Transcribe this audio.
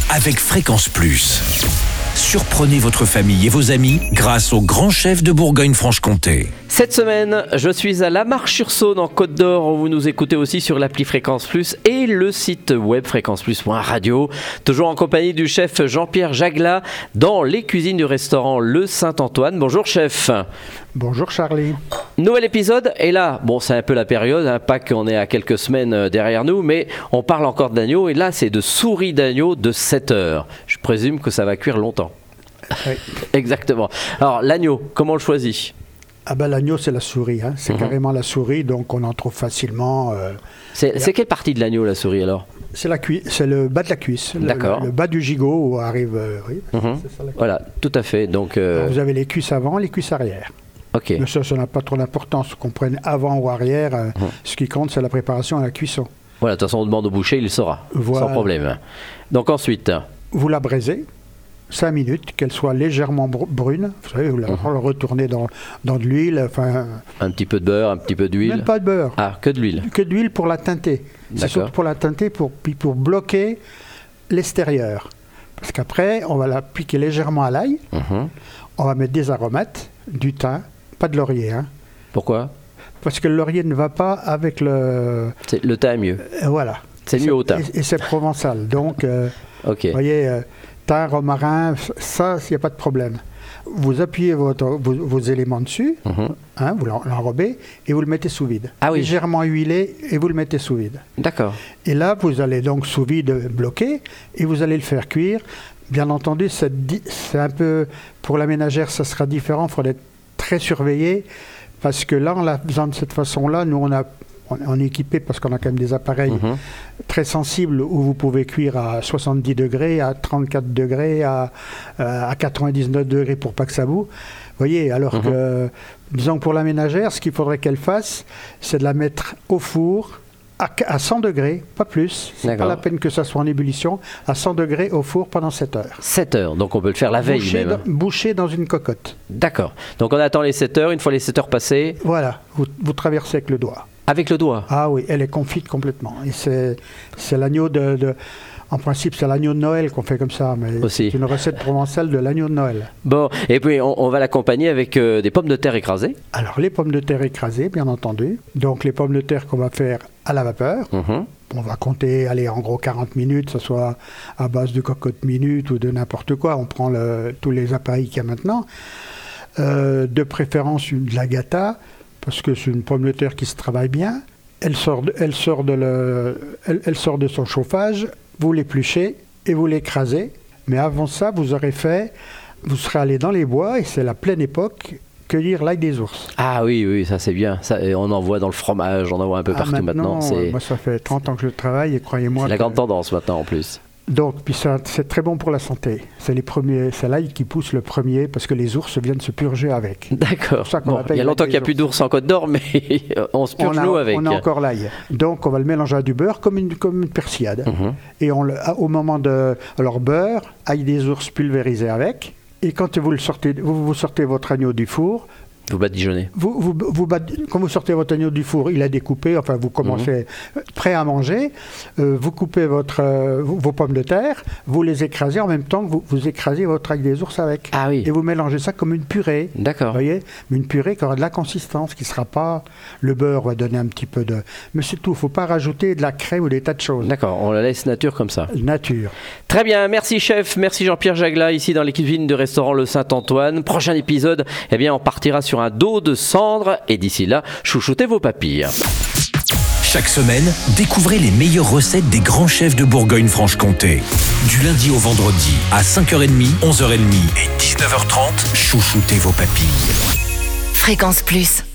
avec Fréquence Plus. Surprenez votre famille et vos amis grâce au grand chef de Bourgogne-Franche-Comté. Cette semaine, je suis à La Marche-sur-Saône en Côte d'Or, où vous nous écoutez aussi sur l'appli Fréquence Plus et le site web fréquenceplus.radio. Toujours en compagnie du chef Jean-Pierre Jagla dans les cuisines du restaurant Le Saint-Antoine. Bonjour chef. Bonjour Charlie. Nouvel épisode, et là, bon c'est un peu la période, pas qu'on est à quelques semaines derrière nous, mais on parle encore d'agneau, et là c'est de souris d'agneau de 7 heures. Je présume que ça va cuire longtemps. Oui. Exactement. Alors l'agneau, comment on le choisit ? L'agneau c'est la souris, c'est carrément la souris, donc on en trouve facilement. C'est quelle partie de l'agneau la souris alors ? C'est le bas de la cuisse, le bas du gigot où arrive. C'est ça, voilà, tout à fait. Donc, vous avez les cuisses avant, les cuisses arrière. Okay. Mais ça n'a pas trop d'importance, qu'on prenne avant ou arrière. Ce qui compte, c'est la préparation et la cuisson. Voilà, de toute façon, on demande au boucher, il saura, sans problème. Donc ensuite, vous la braisez 5 minutes, qu'elle soit légèrement brune. Vous savez, vous la retournez dans de l'huile. Un petit peu de beurre, un petit peu d'huile. Même pas de beurre. Ah, que de l'huile. Que de l'huile pour la teinter. C'est surtout pour la teinter, pour bloquer l'extérieur. Parce qu'après, on va la piquer légèrement à l'ail. On va mettre des aromates, du thym. Pas de laurier. Pourquoi ? Parce que le laurier ne va pas avec le... Le thym est mieux. Voilà. C'est mieux au thym. Et c'est provençal. Donc, vous voyez, thym, romarin, ça, il n'y a pas de problème. Vous appuyez vos éléments dessus, vous l'enrobez, et vous le mettez sous vide. Ah oui. Légèrement huilé, et vous le mettez sous vide. D'accord. Et là, vous allez donc sous vide bloquer, et vous allez le faire cuire. Bien entendu, c'est un peu... Pour la ménagère, ça sera différent, il faudra être très surveillé, parce que là, en la faisant de cette façon-là, nous, on est équipé parce qu'on a quand même des appareils très sensibles où vous pouvez cuire à 70 degrés, à 34 degrés, à 99 degrés pour pas que ça boue. Vous voyez, alors que, disons que pour la ménagère, ce qu'il faudrait qu'elle fasse, c'est de la mettre au four à 100 degrés, pas plus. C'est pas la peine que ça soit en ébullition. À 100 degrés au four pendant 7 heures. 7 heures, donc on peut le faire la veille même. Bouché dans une cocotte. D'accord. Donc on attend les 7 heures, une fois les 7 heures passées... Voilà, vous traversez avec le doigt. Avec le doigt ? Ah oui, elle est confite complètement. Et c'est l'agneau en principe, c'est l'agneau de Noël qu'on fait comme ça, mais c'est une recette provençale de l'agneau de Noël. Bon, et puis on va l'accompagner avec des pommes de terre écrasées. Alors, les pommes de terre écrasées, bien entendu. Donc, les pommes de terre qu'on va faire à la vapeur. On va compter, en gros 40 minutes, que ce soit à base de cocotte minute ou de n'importe quoi. On prend tous les appareils qu'il y a maintenant. De préférence, de la gâta, parce que c'est une pomme de terre qui se travaille bien. Elle sort de son chauffage. Vous l'épluchez et vous l'écrasez. Mais avant ça, vous serez allé dans les bois, et c'est la pleine époque, cueillir l'ail des ours. Ah oui, ça c'est bien. Ça, on en voit dans le fromage, on en voit un peu partout maintenant. Moi, ça fait 30 ans que je travaille, et croyez-moi... C'est la grande tendance maintenant en plus. Donc, puis c'est très bon pour la santé. C'est l'ail qui pousse le premier, parce que les ours viennent se purger avec. D'accord. Il y a longtemps qu'il n'y a plus d'ours en Côte d'Or, mais on se purge nous avec. On a encore l'ail. Donc, on va le mélanger à du beurre comme une persillade. Et au moment de... Alors, beurre, ail des ours pulvérisé avec. Et quand vous sortez votre agneau du four... Vous badigeonnez. Quand vous sortez votre agneau du four, il a découpé, enfin vous commencez prêt à manger, vous coupez vos pommes de terre, vous les écrasez en même temps que vous écrasez votre ail des ours avec. Ah oui. Et vous mélangez ça comme une purée. D'accord. Vous voyez ? Mais une purée qui aura de la consistance, qui ne sera pas... Le beurre va donner un petit peu de... Mais c'est tout, il ne faut pas rajouter de la crème ou des tas de choses. D'accord, on la laisse nature comme ça. Nature. Très bien, merci chef, merci Jean-Pierre Jagla, ici dans les cuisines du restaurant Le Saint-Antoine. Prochain épisode, on partira sur un dos de cendre, et d'ici là, chouchoutez vos papilles. Chaque semaine, découvrez les meilleures recettes des grands chefs de Bourgogne-Franche-Comté. Du lundi au vendredi, à 5h30, 11h30 et 19h30, chouchoutez vos papilles. Fréquence Plus.